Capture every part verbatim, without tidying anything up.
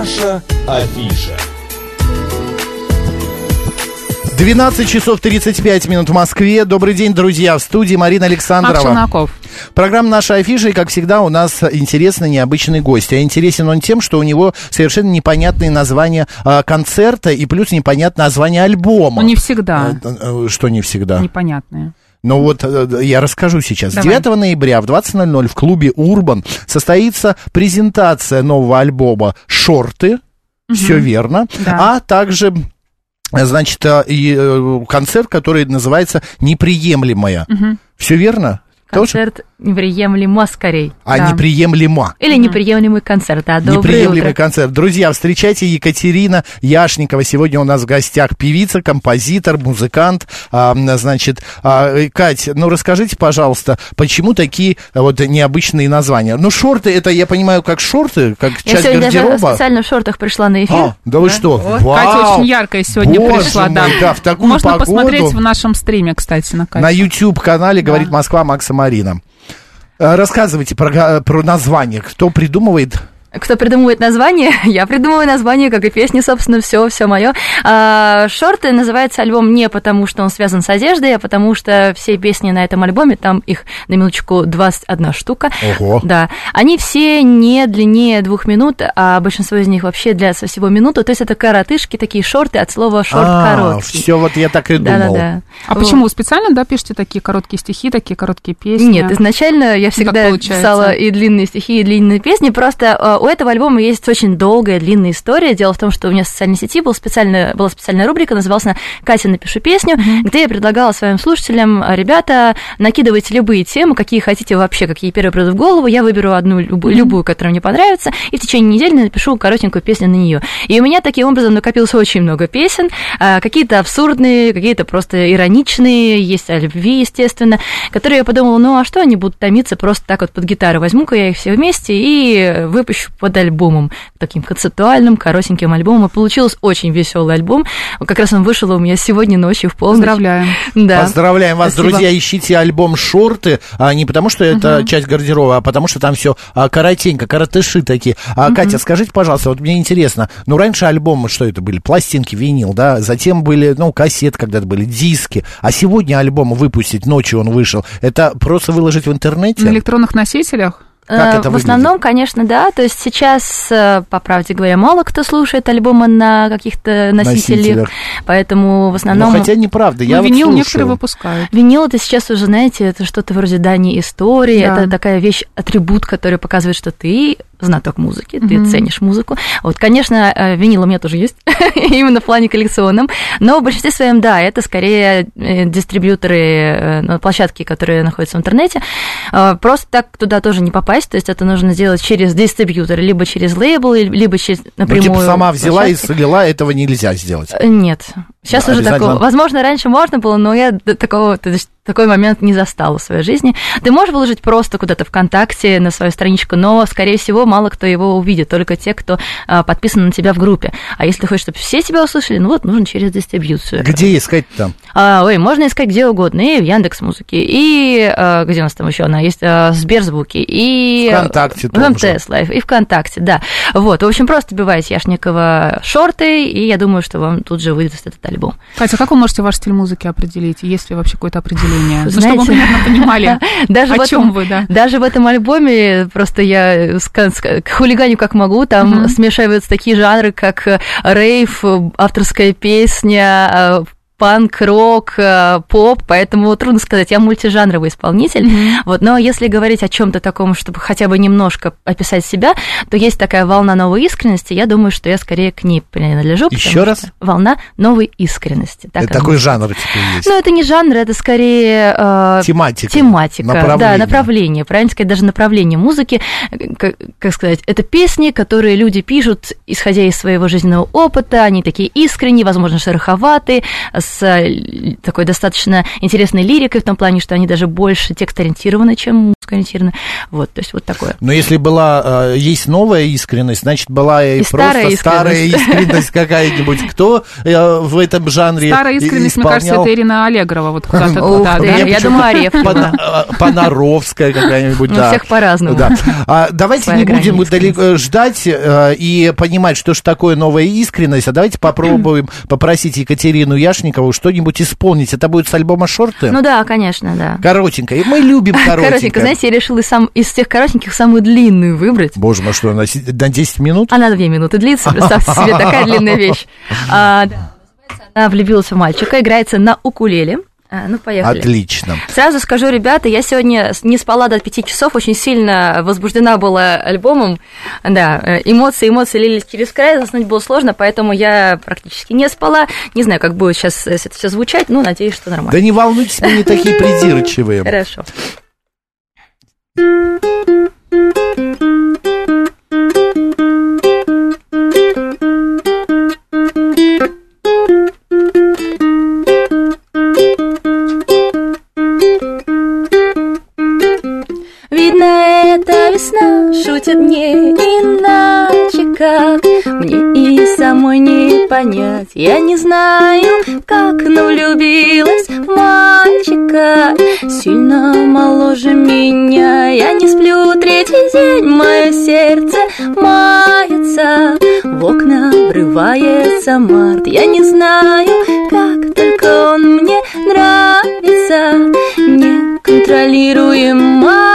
Наша афиша. двенадцать часов тридцать пять минут в Москве. Добрый день, друзья. В студии Марина Александрова. Максунаков. Программа «Наша афиша», и, как всегда, у нас интересный, необычный гость. А интересен он тем, что у него совершенно непонятные названия а, концерта и плюс непонятное название альбома. Ну, не всегда. А, а, что не всегда? Непонятные. Ну вот я расскажу сейчас. Давай. девятого ноября в двадцать ноль ноль в клубе «Урбан» состоится презентация нового альбома «Шорты». Угу. Все верно. Да. А также... Значит, и концерт, который называется «Неприемлемая». Угу. Все верно? Концерт Тоже? «Неприемлемо» скорей. А да. «Неприемлемо». Или угу. «Неприемлемый концерт», да, доброе «Неприемлемый утро. концерт». Друзья, встречайте Екатерина Яшникова. Сегодня у нас в гостях певица, композитор, музыкант. А, значит, а, Кать, ну расскажите, пожалуйста, почему такие вот необычные названия? Ну, шорты, это, я понимаю, как шорты, как я часть сегодня гардероба. даже специально в шортах пришла на эфир. А, да вы что? О, Вау! Катя очень яркая сегодня Боже пришла, мой, да. да, в такую Можно погоду. посмотреть в нашем стриме, кстати, на Катю. На YouTube-канале Да. «Говорит Москва» Макса Марина. Рассказывайте про, про название. Кто придумывает? Кто придумывает название? Я придумываю название, как и песни, собственно, все, все мое. А, «Шорты» называется альбом не потому, что он связан с одеждой, а потому что все песни на этом альбоме, там их, на минуточку, двадцать одна штука. Ого. Да. Они все не длиннее двух минут, а большинство из них вообще длятся всего минуту. То есть это коротышки, такие шорты от слова «шорт» короткий. Все, вот я так и думал. Да-да-да. А вот. Почему вы специально, да, пишете такие короткие стихи, такие короткие песни? Нет, изначально я всегда писала и длинные стихи, и длинные песни, просто у этого альбома есть очень долгая, длинная история. Дело в том, что у меня в социальной сети был специально, была специальная рубрика, называлась она «Катя, напишу песню», mm-hmm. где я предлагала своим слушателям: ребята, накидывайте любые темы, какие хотите вообще, какие первые придут в голову, я выберу одну, любую, mm-hmm. любую, которая мне понравится, и в течение недели напишу коротенькую песню на нее. И у меня таким образом накопилось очень много песен, какие-то абсурдные, какие-то просто ироничные, есть о любви, естественно, которые я подумала, ну а что они будут томиться просто так вот под гитару, возьму-ка я их все вместе и выпущу под альбомом, таким концептуальным, коротеньким альбомом. И получился очень веселый альбом. Как раз он вышел у меня сегодня ночью в полночь. Поздравляем. Да. Поздравляем вас, Спасибо. Друзья. Ищите альбом «Шорты», а не потому, что это uh-huh. часть гардероба, а потому, что там все а, коротенько, коротыши такие. А, uh-huh. Катя, скажите, пожалуйста, вот мне интересно, ну, раньше альбомы, что это были? Пластинки, винил, да? Затем были, ну, кассеты когда-то были, диски. А сегодня альбом выпустить, ночью он вышел, это просто выложить в интернете? На электронных носителях? Как это в выглядит? основном, конечно, да. То есть сейчас, по правде говоря, мало кто слушает альбомы на каких-то носителях, носителях. Поэтому в основном... Ну, хотя неправда, я ну, вот винил слушаю. некоторые выпускают. Винил это сейчас уже, знаете, это что-то вроде дани истории, Да. это такая вещь, атрибут, который показывает, что ты знаток музыки, Mm-hmm. ты ценишь музыку. Вот, конечно, винил у меня тоже есть, именно в плане коллекционном, но в большинстве своем, да, это скорее дистрибьюторы, площадки, которые находятся в интернете. Просто так туда тоже не попасть, то есть это нужно сделать через дистрибьютор, либо через лейбл, либо через напрямую. Ну, типа сама взяла площадки. и слила, этого нельзя сделать. Нет. Сейчас Да, уже обязательно... такого. Возможно, раньше можно было, но я такого, такой момент не застала в своей жизни. Ты можешь выложить просто куда-то ВКонтакте на свою страничку, но, скорее всего, мало кто его увидит, только те, кто а, подписан на тебя в группе. А если ты хочешь, чтобы все тебя услышали, ну вот, нужно через дистрибьюцию. Где искать там? А, ой, можно искать где угодно. И в Яндекс.Музыке, и а, где у нас там еще она есть, а, в Сберзвуке, и ВКонтакте в эм тэ эс Лайв, и ВКонтакте, да. Вот, в общем, просто вбивайте Яшникова «Шорты», и я думаю, что вам тут же выйдет этот альбом. Катя, как вы можете ваш стиль музыки определить? Есть ли вообще какое-то определение? Ну, Знаете, чтобы вы примерно понимали, даже о в чем этом, вы, да. Даже в этом альбоме просто я хулиганю как могу, там uh-huh. смешиваются такие жанры, как рейв, авторская песня, панк, рок, поп, поэтому трудно сказать, я мультижанровый исполнитель, mm-hmm. вот, но если говорить о чем-то таком, чтобы хотя бы немножко описать себя, то есть такая волна новой искренности, я думаю, что я скорее к ней принадлежу. Еще раз? Волна новой искренности. Так это такой жанр теперь есть? Ну, это не жанр, это скорее... Э, тематика. Тематика, направление. Да, направление, правильно сказать, даже направление музыки, как, как сказать, это песни, которые люди пишут, исходя из своего жизненного опыта, они такие искренние, возможно, шероховатые, с такой достаточно интересной лирикой, в том плане, что они даже больше текст-ориентированы, чем музыкоориентированы. Вот, то есть вот такое. Но если была, есть новая искренность, значит, была и, и просто старая искренность какая-нибудь. Кто в этом жанре Старая искренность, исполнял? мне кажется, это Ирина Аллегрова. Вот куда-то, да, да, я думаю, Ареф. Понаровская какая-нибудь, да. У всех по-разному. Давайте не будем далеко ждать и понимать, что же такое новая искренность, а давайте попробуем попросить Екатерину Яшникову что-нибудь исполнить. Это будет с альбома «Шорты»? Ну да, конечно, да. Коротенько. Мы любим коротенько. Коротенько. Знаете, я решила сам, из всех коротеньких самую длинную выбрать. Боже мой, что, на десять минут? Она две минуты длится, представьте себе, такая длинная вещь. А, да. Она влюбилась в мальчика, играется на укулеле. А, ну, поехали. Отлично. Сразу скажу, ребята, я сегодня не спала до пяти часов, очень сильно возбуждена была альбомом. Да, эмоции, эмоции лились через край, заснуть было сложно, поэтому я практически не спала. Не знаю, как будет сейчас это все звучать, но надеюсь, что нормально. Да не волнуйтесь, мы не такие придирчивые. Хорошо. Видно, это весна шутит не иначе как. Мне и самой не понять. Я не знаю, как, но влюбилась в мальчика сильно моложе меня. Я не сплю третий день, мое сердце мается, в окна врывается март. Я не знаю, как, только он мне нравится неконтролируемо.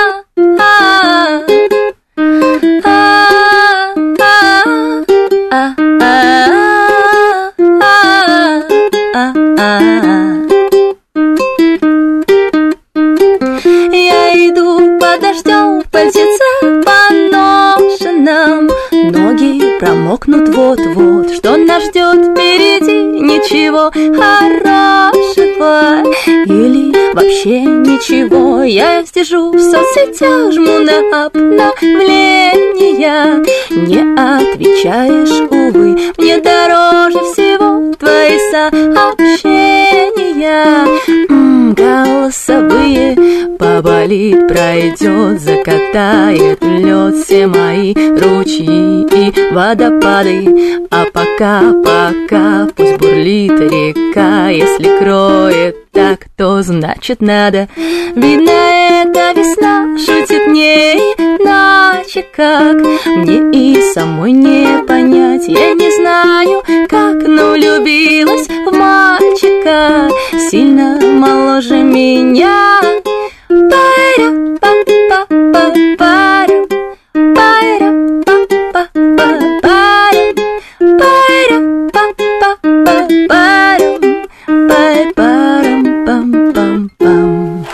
Я иду под дождем, пальтеце поношенном, ноги промокнут вот-вот. Что нас ждет впереди? Ничего хорошего или вообще ничего. Я сижу в соцсетях, жму на обновления. Не отвечаешь, увы, мне дороже всего твои сообщения. М-м, голосовые, поболит, пройдет, закатает лед все мои ручьи и водопады. А пока, пока, пусть бурлит река, если кроет так, то значит надо. Видно, эта весна шутит не иначе как. Мне и самой не понять. Я не знаю, как, но влюбилась в мальчика сильно моложе меня. Паря, па, па, па, паря, паря, па, па, па, паря, паря, па, па, па, паря, пай, парам, пам, пам, пам.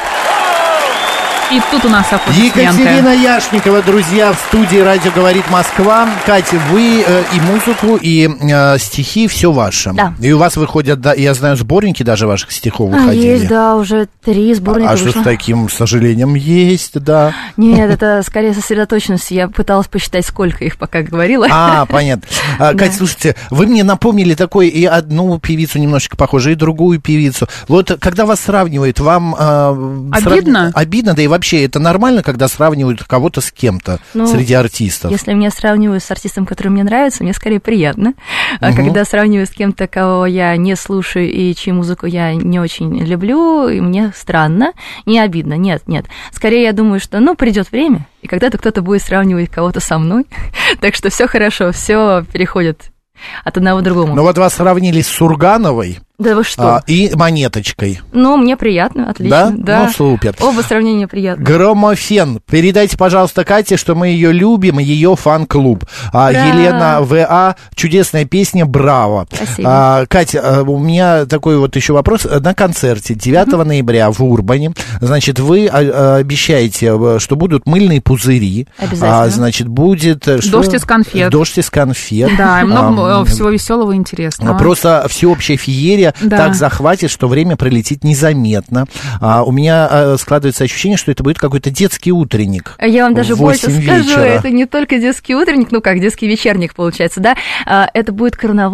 И тут у нас аплодисменты. Екатерина Яшникова, друзья, в студии «Радио говорит Москва». Катя, вы э, и музыку, и э, стихи, все ваше. Да. И у вас выходят, да, я знаю, сборники даже ваших стихов а, выходили. Есть, да, уже три сборника А, а вышло. что с таким сожалением есть, да? Нет, это скорее сосредоточенность. Я пыталась посчитать, сколько их пока говорила. А, понятно. А, Катя, слушайте, вы мне напомнили такой и одну певицу немножечко похожую, и другую певицу. Вот когда вас сравнивают, вам... Э, обидно? Срав... Обидно, да и вообще это нормально, когда сравнивают кого-то с кем-то, ну, среди артистов? Если меня сравнивают с артистом, который мне нравится, мне скорее приятно. А угу. когда сравниваю с кем-то, кого я не слушаю и чью музыку я не очень люблю, и мне странно, не обидно, нет, нет. Скорее я думаю, что, ну, придет время, и когда-то кто-то будет сравнивать кого-то со мной, так что все хорошо, все переходит от одного к другому. Ну вот вас сравнили с Сургановой. Да вы что? А, и Монеточкой. Ну, мне приятно, отлично. Да? Да. Ну, супер. Оба сравнения приятны. Громофен. Передайте, пожалуйста, Кате, что мы ее любим, ее фан-клуб. А, Елена ВА, чудесная песня «Браво». Спасибо. А, Катя, у меня такой вот еще вопрос. На концерте девятого ноября в Урбане, значит, вы обещаете, что будут мыльные пузыри. Обязательно. А, значит, будет... Что? Дождь из конфет. Дождь из конфет. Да, и много а, всего веселого и интересного. Просто всеобщая феерия. Да. Так захватит, что время пролетит незаметно. А, у меня а, складывается ощущение, что это будет какой-то детский утренник. Я вам даже больше скажу, вечера. Это не только детский утренник, ну как, детский вечерник получается, да, а, это будет карнавал.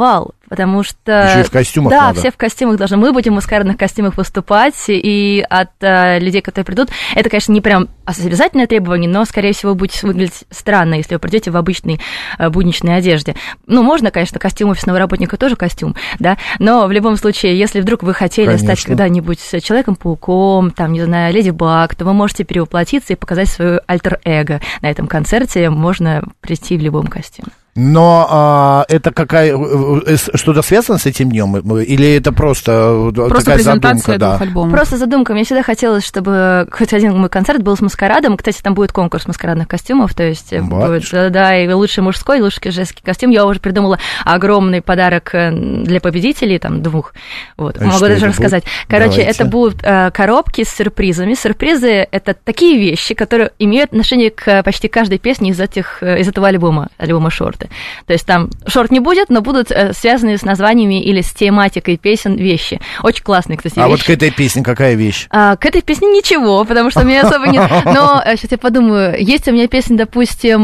потому что... Еще и в костюмах Да, надо. все в костюмах должны. Мы будем в маскарадных костюмах выступать, и от э, людей, которые придут, это, конечно, не прям обязательное требование, но, скорее всего, будет выглядеть странно, если вы придете в обычной э, будничной одежде. Ну, можно, конечно, костюм офисного работника тоже костюм, да, но в любом случае, если вдруг вы хотели конечно. стать когда-нибудь Человеком-пауком, там, не знаю, Леди Баг, то вы можете перевоплотиться и показать свое альтер-эго. На этом концерте можно прийти в любом костюме. Но а, это какая что-то связано с этим днем? Или это просто, просто такая презентация задумка? Да. двух альбомов. Просто задумка. Мне всегда хотелось, чтобы хоть один мой концерт был с маскарадом. Кстати, там будет конкурс маскарадных костюмов, то есть будет, да, и лучший мужской, и лучший женский костюм. Я уже придумала огромный подарок для победителей, там, двух. Вот. А могу даже рассказать. Будет? Короче, Давайте. Это будут э, коробки с сюрпризами. Сюрпризы — это такие вещи, которые имеют отношение к почти каждой песне из, этих, из этого альбома, альбома «Шорты». То есть там шорт не будет, но будут связаны с названиями или с тематикой песен вещи. Очень классные, кстати, а вещи. А вот к этой песне какая вещь? А, к этой песне ничего, потому что у меня особо нет. Но сейчас я подумаю, есть у меня песня, допустим,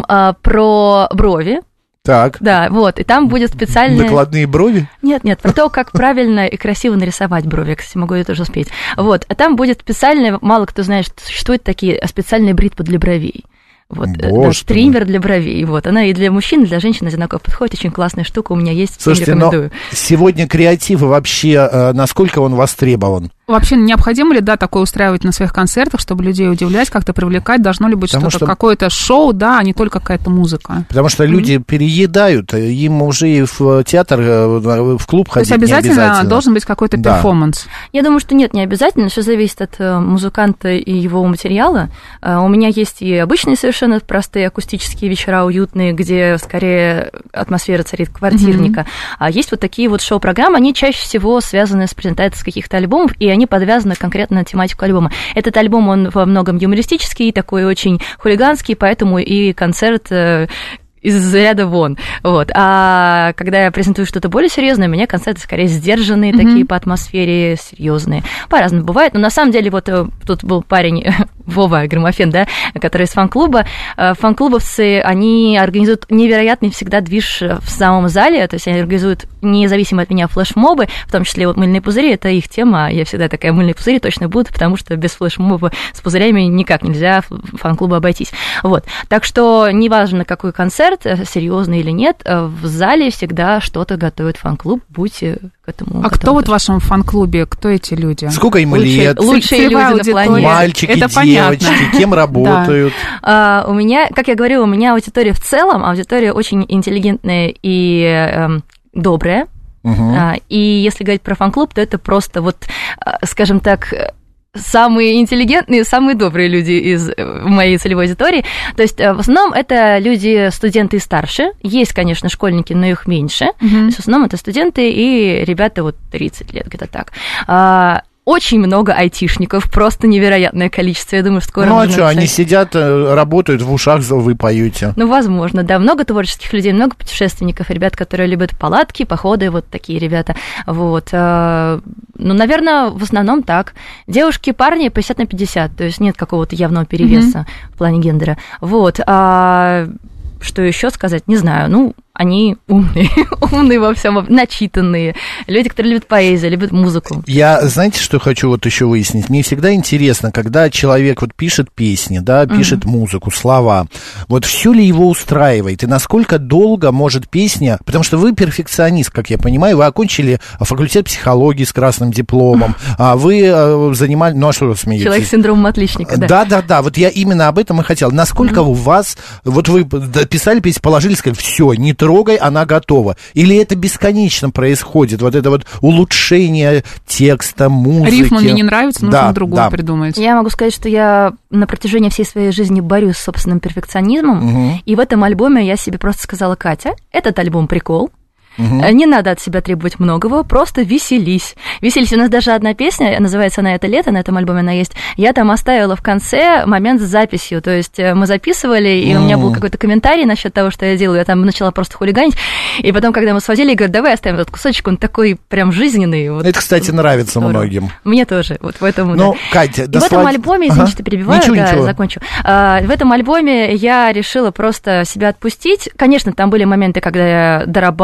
про брови. Так. Да, вот, и там будет специальные... Накладные брови? Нет, нет, про то, как правильно и красиво нарисовать брови, я, кстати, могу это тоже спеть. Вот, а там будет специальные, мало кто знает, что существуют такие специальные бритвы для бровей. Вот, да, триммер для бровей. Вот, она и для мужчин, и для женщин одинаково подходит. Очень классная штука у меня есть. Слушайте, всем рекомендую. Но сегодня креатив вообще, насколько он востребован? Вообще необходимо ли, да, такое устраивать на своих концертах, чтобы людей удивлять, как-то привлекать? Должно ли быть Потому что-то, что... какое-то шоу, да, а не только какая-то музыка? Потому что люди mm-hmm. переедают, им уже и в театр, в клуб ходить То есть обязательно, не обязательно должен быть какой-то да. перформанс? Я думаю, что нет, не обязательно, все зависит от музыканта и его материала. У меня есть и обычные совершенно простые акустические вечера уютные, где скорее атмосфера царит квартирника, mm-hmm. а есть вот такие вот шоу-программы, они чаще всего связаны с презентацией каких-то альбомов, и они подвязаны конкретно на тематику альбома. Этот альбом, он во многом юмористический, такой очень хулиганский, поэтому и концерт из ряда вон. Вот. А когда я презентую что-то более серьезное, у меня концерты скорее сдержанные, mm-hmm. такие по атмосфере, серьезные. По-разному бывает. Но на самом деле, вот тут был парень Вова Грамофен, да, который из фан-клуба. Фан-клубовцы, они организуют невероятный всегда движ в самом зале, то есть они организуют независимо от меня флешмобы, в том числе вот мыльные пузыри, это их тема. Я всегда такая, мыльные пузыри точно будут, потому что без флешмоба с пузырями никак нельзя фан-клуба обойтись. Вот. Так что неважно, какой концерт, серьезный или нет, в зале всегда что-то готовит фан-клуб, будьте к этому. А готовы. Кто вот в вашем фан-клубе, кто эти люди? Сколько им лучшие, лет? Лучшие люди на планете. Мальчики, это девочки, понятно. Кем работают? Да. А, у меня, как я говорила, у меня аудитория в целом, аудитория очень интеллигентная и э, добрая. Угу. А, и если говорить про фан-клуб, то это просто вот, скажем так, самые интеллигентные, самые добрые люди из моей целевой аудитории. То есть в основном это люди, студенты и старше. Есть, конечно, школьники, но их меньше. Mm-hmm. То есть в основном это студенты и ребята вот тридцать лет, где-то так. Очень много айтишников, просто невероятное количество. Я думаю, что скоро... Ну, а что, они сидят, работают, в ушах вы поете. Ну, возможно, да. Много творческих людей, много путешественников, ребят, которые любят палатки, походы, вот такие ребята. Вот. Ну, наверное, в основном так. Девушки, парни пятьдесят на пятьдесят, то есть нет какого-то явного перевеса mm-hmm. в плане гендера. Вот. А что еще сказать? Не знаю. Ну, они умные, умные во всем, начитанные. Люди, которые любят поэзию, любят музыку. Я, знаете, что хочу вот еще выяснить? Мне всегда интересно, когда человек вот пишет песни, да, пишет mm-hmm. музыку, слова, вот все ли его устраивает, и насколько долго может песня, потому что вы перфекционист, как я понимаю, вы окончили факультет психологии с красным дипломом, а вы занимали, ну а что вы смеетесь? Человек с синдромом отличника, да. Да-да-да, вот я именно об этом и хотел. Насколько mm-hmm. у вас, вот вы писали песню, положили, сказали, все, не трогай, она готова. Или это бесконечно происходит, вот это вот улучшение текста, музыки. Рифма мне не нравится, нужно да, другую да. придумать. Я могу сказать, что я на протяжении всей своей жизни борюсь с собственным перфекционизмом, угу. и в этом альбоме я себе просто сказала: Катя, этот альбом прикол. Угу. Не надо от себя требовать многого, просто веселись. Веселись. У нас даже одна песня, называется она «Это лето», на этом альбоме она есть. Я там оставила в конце момент с записью, то есть мы записывали, и mm. у меня был какой-то комментарий насчет того, что я делаю, я там начала просто хулиганить, и потом, когда мы сводили, я говорю: давай оставим этот кусочек, он такой прям жизненный. Вот. Это, кстати, нравится здорово. Многим. Мне тоже, вот в этом. Ну, да. Катя, и в этом слад... альбоме, извините, ага. что перебиваю, ничего, да, ничего. закончу. А, в этом альбоме я решила просто себя отпустить. Конечно, там были моменты, когда я дорабатывала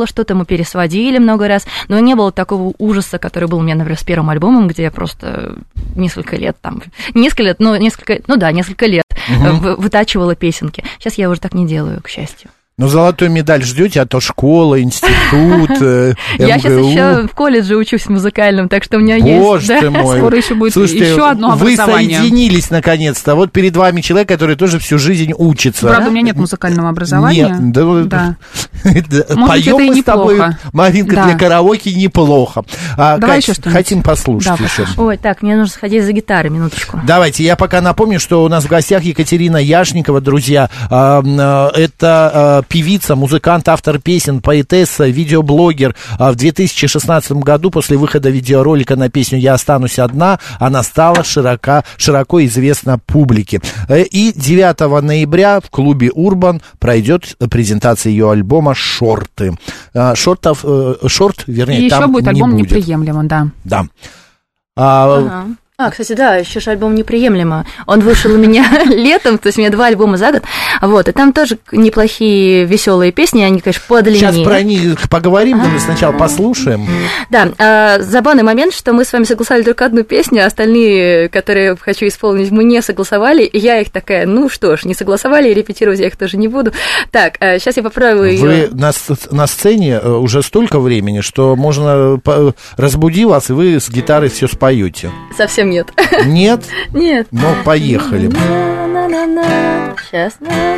что-то мы пересводили много раз, но не было такого ужаса, который был у меня, например, с первым альбомом, где я просто несколько лет там, несколько лет, ну, несколько, ну да, несколько лет угу. вытачивала песенки. Сейчас я уже так не делаю, к счастью. Ну, золотую медаль ждете, а то школа, институт, эм гэ у. Я сейчас еще в колледже учусь в музыкальном, так что у меня есть... Боже ты мой. Скоро еще будет еще одно образование. Вы соединились, наконец-то. Вот перед вами человек, который тоже всю жизнь учится. Правда, у меня нет музыкального образования. Нет, да. Поем мы с тобой, Маринка, для караоке неплохо. Давай еще что-нибудь. Хотим послушать еще. Ой, так, мне нужно сходить за гитарой, минуточку. Давайте, я пока напомню, что у нас в гостях Екатерина Яшникова, друзья. Это... певица, музыкант, автор песен, поэтесса, видеоблогер. В две тысячи шестнадцатом году, после выхода видеоролика на песню «Я останусь одна», она стала широко, широко известна публике. И девятого ноября в клубе «Урбан» пройдет презентация ее альбома «Шорты». Шортов, шорт, вернее, и там еще будет не альбом будет. «Неприемлемо», да. Да. Ага. А, кстати, да, еще же альбом «Неприемлемо». Он вышел у меня летом, то есть у меня два альбома за год. Вот, и там тоже неплохие веселые песни, они, конечно, подлиннее. Сейчас про них поговорим, но сначала послушаем. Да, а, забавный момент, что мы с вами согласовали только одну песню, а остальные, которые хочу исполнить, мы не согласовали, и я их такая, ну что ж, не согласовали, и репетировать я их тоже не буду. Так, а, сейчас я попробую ее. Вы на, на сцене уже столько времени, что можно разбуди вас, и вы с гитарой все споете. Совсем нет. Нет? Нет. Ну, поехали. Сейчас.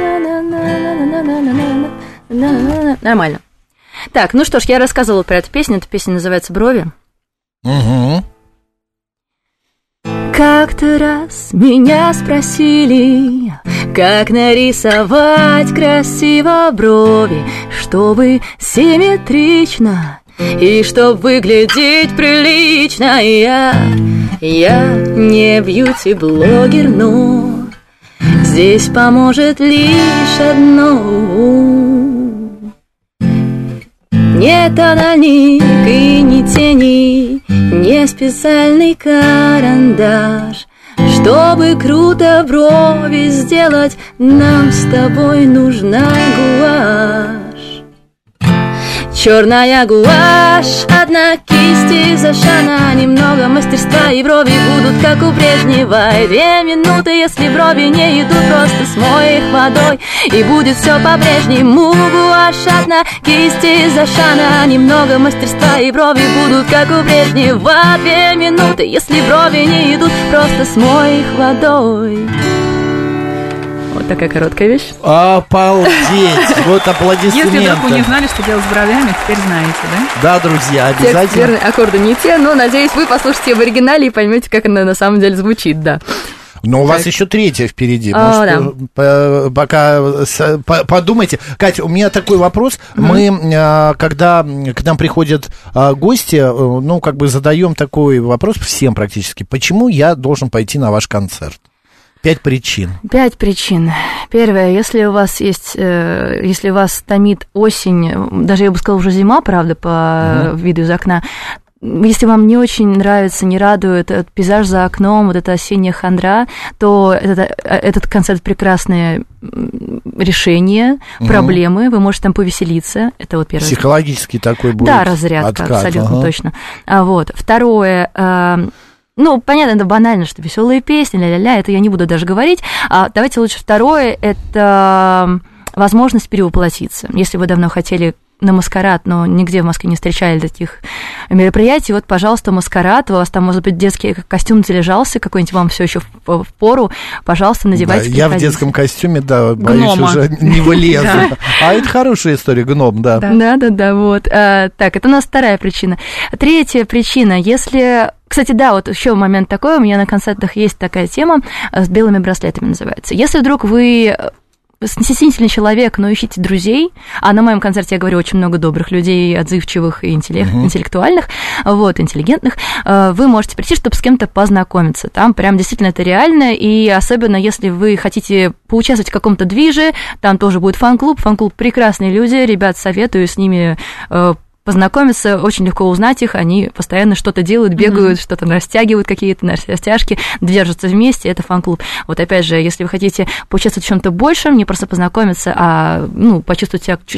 Нормально. Так, ну что ж, я рассказывала про эту песню. Эта песня называется «Брови». Угу. Как-то раз меня спросили, как нарисовать красиво брови, чтобы симметрично и чтоб выглядеть прилично. Я, я не бьюти-блогер, но здесь поможет лишь одно. Не тональник и не тени, не специальный карандаш. Чтобы круто брови сделать, нам с тобой нужна гуашь. Черная гуашь, одна кисть из Ашана, немного мастерства, и брови будут как у прежнего. И две минуты, если брови не идут, просто смой их водой, и будет все по-прежнему. Гуашь, одна кисть из Ашана, немного мастерства, и брови будут как у прежнего. Две минуты, если брови не идут, просто смой их водой. Вот такая короткая вещь. Обалдеть! Вот аплодисменты. Если вдруг вы не знали, что делать с бровями, теперь знаете, да? Да, друзья, обязательно. Текст верный, аккорды не те, но, надеюсь, вы послушаете в оригинале и поймете, как она на самом деле звучит, да. Но у вас еще третья впереди. О, Может, да. Пока подумайте. Катя, у меня такой вопрос. Mm-hmm. Мы, когда к нам приходят гости, ну, как бы задаем такой вопрос всем практически. Почему я должен пойти на ваш концерт? Пять причин. Пять причин. Первое, если у вас есть, если вас томит осень, даже я бы сказала уже зима, правда, по mm-hmm. виду из окна, если вам не очень нравится, не радует этот пейзаж за окном, вот эта осенняя хандра, то это, этот концерт прекрасное решение mm-hmm. проблемы, вы можете там повеселиться, это вот первое. Психологический такой будет. Да, разрядка, откат. Абсолютно ага. точно. А вот второе. Ну, понятно, это банально, что веселые песни, ля-ля-ля, это я не буду даже говорить. А давайте лучше второе, это возможность перевоплотиться. Если вы давно хотели на маскарад, но нигде в Москве не встречали таких мероприятий, вот, пожалуйста, маскарад, у вас там, может быть, детский костюм залежался, какой-нибудь вам все еще в пору, пожалуйста, надевайте. Да, я в детском костюме, да, боюсь, Гнома. уже не вылезу. А это хорошая история, гном, да. Да-да-да, вот. Так, это у нас вторая причина. Третья причина, если... Кстати, да, вот еще момент такой, у меня на концертах есть такая тема, с белыми браслетами называется. Если вдруг вы стеснительный человек, но ищите друзей, а на моем концерте, я говорю, очень много добрых людей, отзывчивых и интеллект, uh-huh. интеллектуальных, вот, интеллигентных, вы можете прийти, чтобы с кем-то познакомиться. Там прям действительно это реально, и особенно если вы хотите поучаствовать в каком-то движе, там тоже будет фан-клуб, фан-клуб прекрасные люди, ребят, советую с ними познакомиться, очень легко узнать их, они постоянно что-то делают, бегают, mm-hmm. что-то растягивают, какие-то растяжки, держатся вместе, это фан-клуб. Вот опять же, если вы хотите поучаствовать в чем-то большем, не просто познакомиться, а ну, почувствовать себя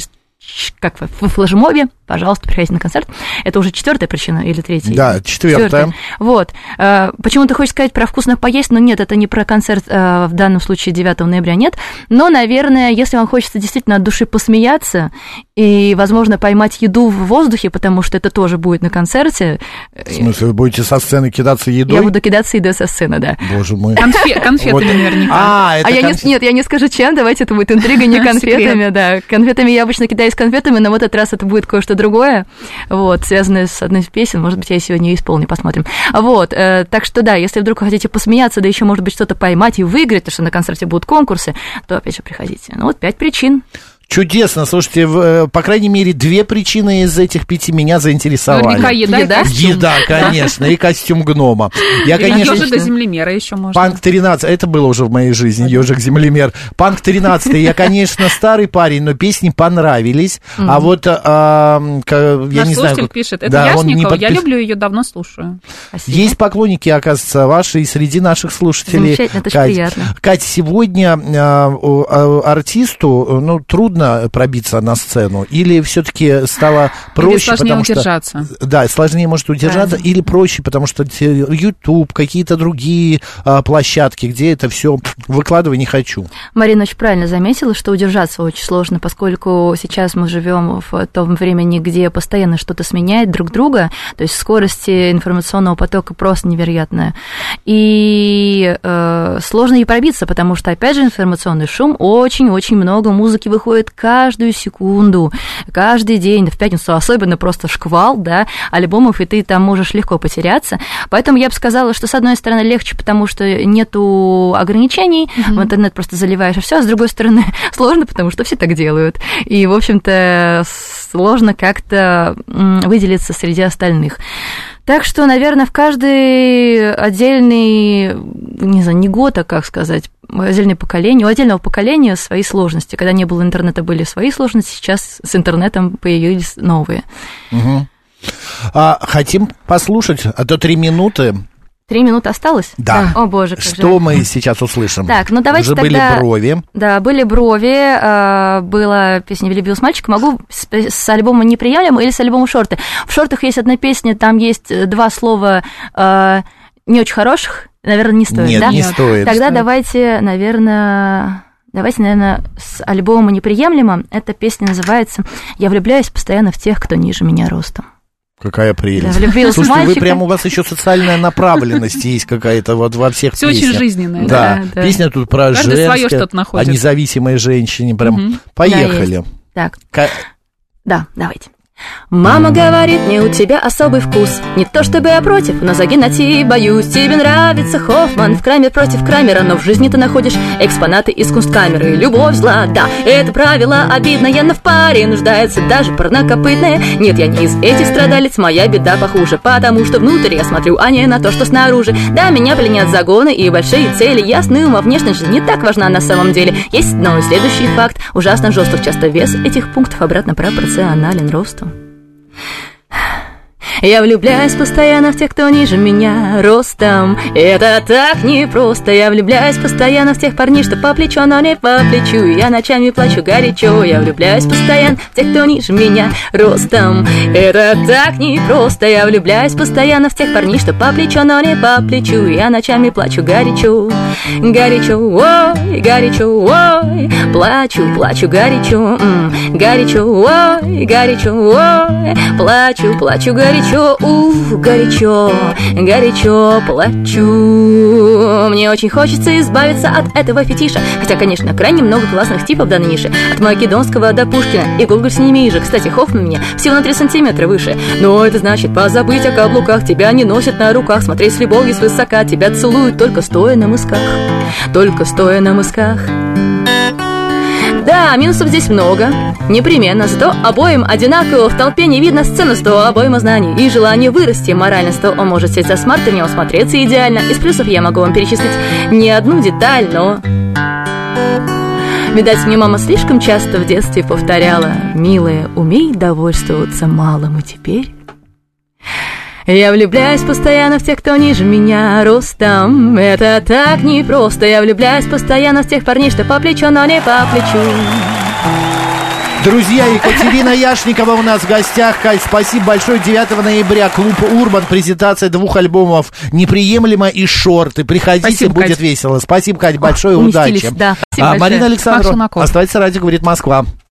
как в флешмобе, пожалуйста, приходите на концерт. Это уже четвертая причина или третья? Да, четвертая. Вот. Почему ты хочешь сказать про вкусно поесть? Но нет, это не про концерт, в данном случае девятого ноября нет. Но, наверное, если вам хочется действительно от души посмеяться и, возможно, поймать еду в воздухе, потому что это тоже будет на концерте. В смысле, вы будете со сцены кидаться едой? Я буду кидаться едой со сцены, да. Боже мой. Конфет, конфеты вот. Наверняка. А, это а я конфет... не, нет, я не скажу чем, давайте это будет интрига, не конфетами, да. Конфетами я обычно кидаюсь конфетами, но в этот раз это будет кое-что другое, вот, связанное с одной из песен, может быть, я сегодня исполню, посмотрим. Вот, э, так что да, если вдруг вы хотите посмеяться, да еще, может быть, что-то поймать и выиграть, потому что на концерте будут конкурсы, то, опять же, приходите. Ну, вот пять причин. Чудесно, слушайте, в, по крайней мере, две причины из этих пяти меня заинтересовали. Наверняка еда, еда, и костюм. Еда, конечно, и костюм гнома. Я, конечно, ежик до землемера еще можно. Панк тринадцать, это было уже в моей жизни, ежик-землемер. Панк тринадцать, я, конечно, старый парень, но песни понравились. Mm-hmm. А вот, а, я Наш не знаю... слушатель пишет, это да, Яшникова, подпис... я люблю ее, давно слушаю. Спасибо. Есть поклонники, оказывается, ваши и среди наших слушателей. Замечательно, это Кать, приятно. Катя, сегодня а, а, артисту, ну, трудно пробиться на сцену, или все-таки стало проще, или сложнее потому удержаться. Что, да, сложнее может удержаться, да. Или проще, потому что YouTube, какие-то другие а, площадки, где это все выкладывай не хочу. Марина очень правильно заметила, что удержаться очень сложно, поскольку сейчас мы живем в том времени, где постоянно что-то сменяет друг друга, то есть скорость информационного потока просто невероятная. И э, сложно и пробиться, потому что, опять же, информационный шум, очень-очень много музыки выходит каждую секунду. секунду, каждый день, в пятницу особенно просто шквал, да, альбомов, и ты там можешь легко потеряться. Поэтому я бы сказала, что, с одной стороны, легче, потому что нету ограничений, mm-hmm. в интернет просто заливаешь, и все, а с другой стороны, сложно, потому что все так делают. И, в общем-то, сложно как-то выделиться среди остальных. Так что, наверное, в каждый отдельный, не знаю, не год, а как сказать, отдельное поколение, у отдельного поколения свои сложности. Когда не было интернета, были свои сложности, сейчас с интернетом появились новые. Угу. А, хотим послушать, а то три минуты. Три минуты осталось? Да. О, боже, как Что жаль. мы сейчас услышим? Так, ну давайте Уже тогда... были брови. Да, были брови, была песня «Влюбилась мальчик». Могу с, с альбома «Неприемлемо» или с альбома «Шорты». В «Шортах» есть одна песня, там есть два слова не очень хороших, наверное, не стоит, Нет, да? не стоит. Тогда стоит. давайте, наверное... Давайте, наверное, с альбома «Неприемлемо». Эта песня называется «Я влюбляюсь постоянно в тех, кто ниже меня ростом». Какая прелесть. Да, слушайте, вы прям, у вас еще социальная направленность есть какая-то вот во всех Все песнях. очень жизненное. Да, да, да. Песня тут про женское, о независимой женщине. Прям угу. Поехали. Да, так. К... Да, давайте. Мама говорит, мне у тебя особый вкус. Не то чтобы я против, но загинать боюсь. Тебе нравится Хоффман в Крамер против Крамера, но в жизни ты находишь экспонаты из кунсткамеры. Любовь зла, да, это правило обидное, но в паре нуждается даже парнокопытная. Нет, я не из этих страдалец, моя беда похуже, потому что внутрь я смотрю, а не на то, что снаружи. Да, меня пленят загоны и большие цели. Ясный ум, а внешность же не так важна на самом деле. Есть, но и следующий факт. Ужасно жесток, часто вес этих пунктов обратно пропорционален росту. Я влюбляюсь постоянно в тех, кто ниже меня ростом. Это так непросто. Я влюбляюсь постоянно в тех парней, что по плечу, но не по плечу. Я ночами плачу горячо. Я влюбляюсь постоянно в тех, кто ниже меня ростом. Это так непросто. Я влюбляюсь постоянно в тех парней, что по плечу, но не по плечу. Я ночами плачу горячо. Горячо, ой, горячо, ой. Плачу, плачу горячо. М-м, горячо, ой, горячо, ой. Плачу, плачу горячо. Уф, горячо, горячо плачу. Мне очень хочется избавиться от этого фетиша. Хотя, конечно, крайне много классных типов в данной нише. От Македонского до Пушкина и Гоголь с ними же. Кстати, Хоффман мне всего на три сантиметра выше. Но это значит позабыть о каблуках. Тебя не носят на руках, смотреть с любовью свысока. Тебя целуют только стоя на мысках. Только стоя на мысках. Да, минусов здесь много, непременно, зато обоим одинаково в толпе не видно сцену, сто обоим знаний и желание вырасти морально, сто он может сесть за смарт и не усмотреться идеально. Из плюсов я могу вам перечислить не одну деталь, но... Видать, мне мама слишком часто в детстве повторяла: «Милая, умей довольствоваться малым, и теперь...» Я влюбляюсь постоянно в тех, кто ниже меня ростом. Это так непросто. Я влюбляюсь постоянно в тех парней, что по плечу, но не по плечу. Друзья, Екатерина Яшникова у нас в гостях. Кать, спасибо большое. девятого ноября клуб «Урбан». Презентация двух альбомов «Неприемлемо» и «Шорты». Приходите, спасибо, будет Кать. Весело. Спасибо, Кать, большое. Ох, удачи. Да. А, Марина Александрова. Оставайтесь, радио говорит Москва.